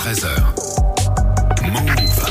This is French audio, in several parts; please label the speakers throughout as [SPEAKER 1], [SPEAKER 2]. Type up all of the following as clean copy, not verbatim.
[SPEAKER 1] 13h. Move.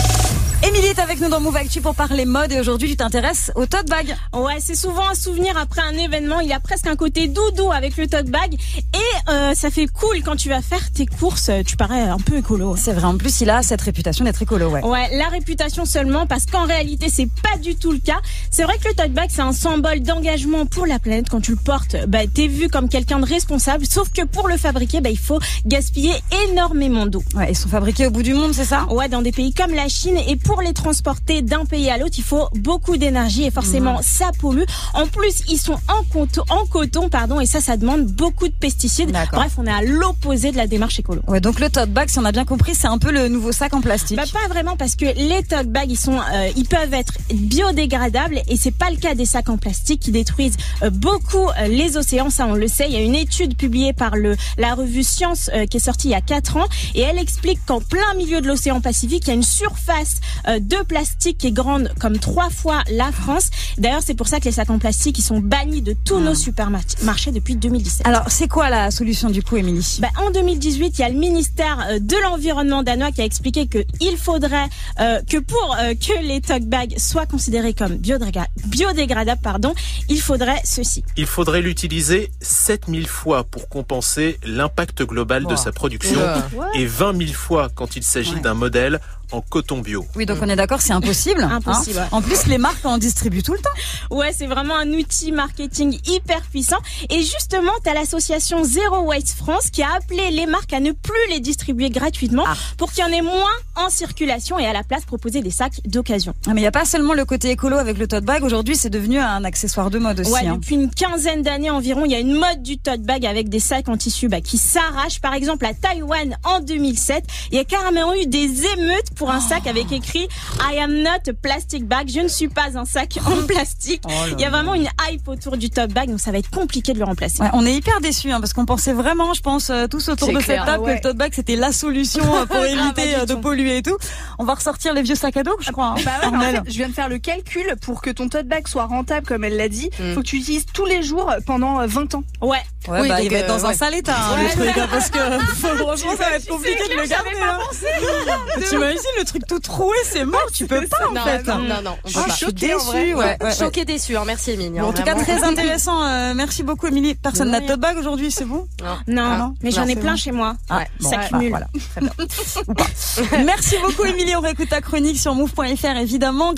[SPEAKER 2] Émilie est avec nous dans Move Actu pour parler mode et aujourd'hui tu t'intéresses au tote bag.
[SPEAKER 3] Ouais, c'est souvent un souvenir après un événement. Il y a presque un côté doudou avec le tote bag et ça fait cool quand tu vas faire tes courses. Tu parais un peu écolo.
[SPEAKER 2] C'est vrai, en plus il a cette réputation d'être écolo, ouais.
[SPEAKER 3] Ouais, la réputation seulement parce qu'en réalité c'est pas du tout le cas. C'est vrai que le tote bag c'est un symbole d'engagement pour la planète. Quand tu le portes, t'es vu comme quelqu'un de responsable. Sauf que pour le fabriquer, il faut gaspiller énormément d'eau.
[SPEAKER 2] Ouais, ils sont fabriqués au bout du monde, c'est ça ?
[SPEAKER 3] Ouais, dans des pays comme la Chine et pour les transporter d'un pays à l'autre, il faut beaucoup d'énergie et forcément ça pollue. En plus, ils sont en coton, et ça demande beaucoup de pesticides.
[SPEAKER 2] D'accord.
[SPEAKER 3] Bref, on est à l'opposé de la démarche écolo.
[SPEAKER 2] Ouais, donc le tote bag, si on a bien compris, c'est un peu le nouveau sac en plastique.
[SPEAKER 3] Pas vraiment parce que les tote bags, ils peuvent être biodégradables et c'est pas le cas des sacs en plastique qui détruisent beaucoup les océans. Ça, on le sait. Il y a une étude publiée par la revue Science qui est sortie il y a 4 ans et elle explique qu'en plein milieu de l'océan Pacifique, il y a une surface de plastique qui est grande comme 3 fois la France. D'ailleurs, c'est pour ça que les sacs en plastique, ils sont bannis de tous nos supermarchés depuis 2017.
[SPEAKER 2] Alors, c'est quoi la solution du coup, Émilie ?
[SPEAKER 3] En 2018, il y a le ministère de l'Environnement danois qui a expliqué que il faudrait que pour que les tote bags soient considérés comme biodégradables, il faudrait ceci.
[SPEAKER 4] Il faudrait l'utiliser 7000 fois pour compenser l'impact global de sa production et 20 000 fois quand il s'agit d'un modèle en coton bio.
[SPEAKER 2] Oui, donc on est d'accord, c'est impossible.
[SPEAKER 3] Impossible.
[SPEAKER 2] En plus, les marques en distribuent tout le temps.
[SPEAKER 3] Ouais, c'est vraiment un outil marketing hyper puissant. Et justement, t'as l'association Zero Waste France qui a appelé les marques à ne plus les distribuer gratuitement pour qu'il y en ait moins en circulation et à la place proposer des sacs d'occasion.
[SPEAKER 2] Mais il n'y a pas seulement le côté écolo avec le tote bag. Aujourd'hui, c'est devenu un accessoire de mode aussi.
[SPEAKER 3] Ouais, depuis une quinzaine d'années environ, il y a une mode du tote bag avec des sacs en tissu qui s'arrachent. Par exemple, à Taïwan en 2007, il y a carrément eu des émeutes pour un sac avec écrit I am not a plastic bag. Je ne suis pas un sac en plastique. Il y a vraiment une hype autour du tote bag, donc ça va être compliqué de le remplacer.
[SPEAKER 2] Ouais, on est hyper déçus parce qu'on pensait vraiment, je pense, tous autour de cette table que le tote bag c'était la solution pour éviter de polluer et tout. On va ressortir les vieux sacs à dos, je crois.
[SPEAKER 5] En fait, je viens de faire le calcul pour que ton tote bag soit rentable, comme elle l'a dit. Faut que tu l'utilises tous les jours pendant 20 ans.
[SPEAKER 3] Ouais.
[SPEAKER 2] Oui, il va être dans un sale état, le truc, parce que franchement, ça va être compliqué de le garder. T'imagines le truc tout troué, c'est mort, tu peux pas en fait.
[SPEAKER 6] Non.
[SPEAKER 2] Je suis déçue.
[SPEAKER 6] Choquée, déçue. Merci Émilie.
[SPEAKER 2] En tout cas, très intéressant. Merci beaucoup, Émilie. Personne n'a de tote bag aujourd'hui, c'est bon ?
[SPEAKER 3] Non, mais j'en ai plein chez moi.
[SPEAKER 2] Bon,
[SPEAKER 3] ça cumule.
[SPEAKER 2] Voilà. Très bien. Ou pas. Merci beaucoup, Émilie. On réécoute ta chronique sur move.fr, évidemment.